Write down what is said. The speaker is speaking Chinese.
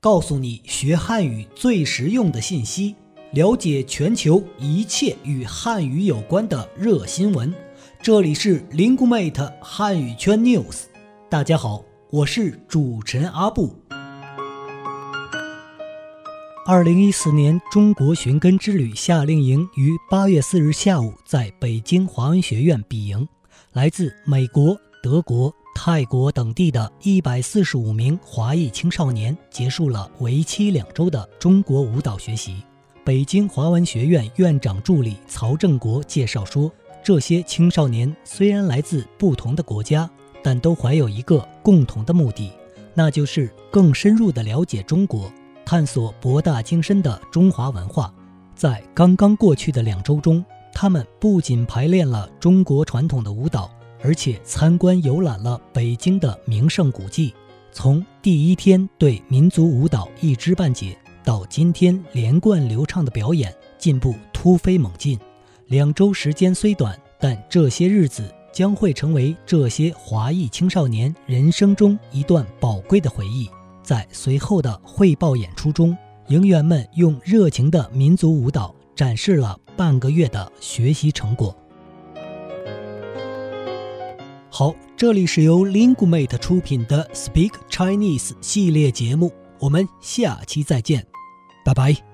告诉你学汉语最实用的信息，了解全球一切与汉语有关的热新闻。这里是 Linguemate 汉语圈 News。 大家好，我是主持人阿布。2014年中国寻根之旅夏令营于8月4日下午在北京华文学院闭营，来自美国、德国、泰国等地的145名华裔青少年结束了为期2周的中国舞蹈学习。北京华文学院院长助理曹正国介绍说，这些青少年虽然来自不同的国家，但都怀有一个共同的目的，那就是更深入地了解中国，探索博大精深的中华文化。在刚刚过去的2周中，他们不仅排练了中国传统的舞蹈，而且参观游览了北京的名胜古迹。从第一天对民族舞蹈一知半解，到今天连贯流畅的表演，进步突飞猛进。2周时间虽短，但这些日子将会成为这些华裔青少年人生中一段宝贵的回忆。在随后的汇报演出中，营员们用热情的民族舞蹈展示了半个月的学习成果。好，这里是由 Linguemate 出品的 Speak Chinese 系列节目，我们下期再见，拜拜。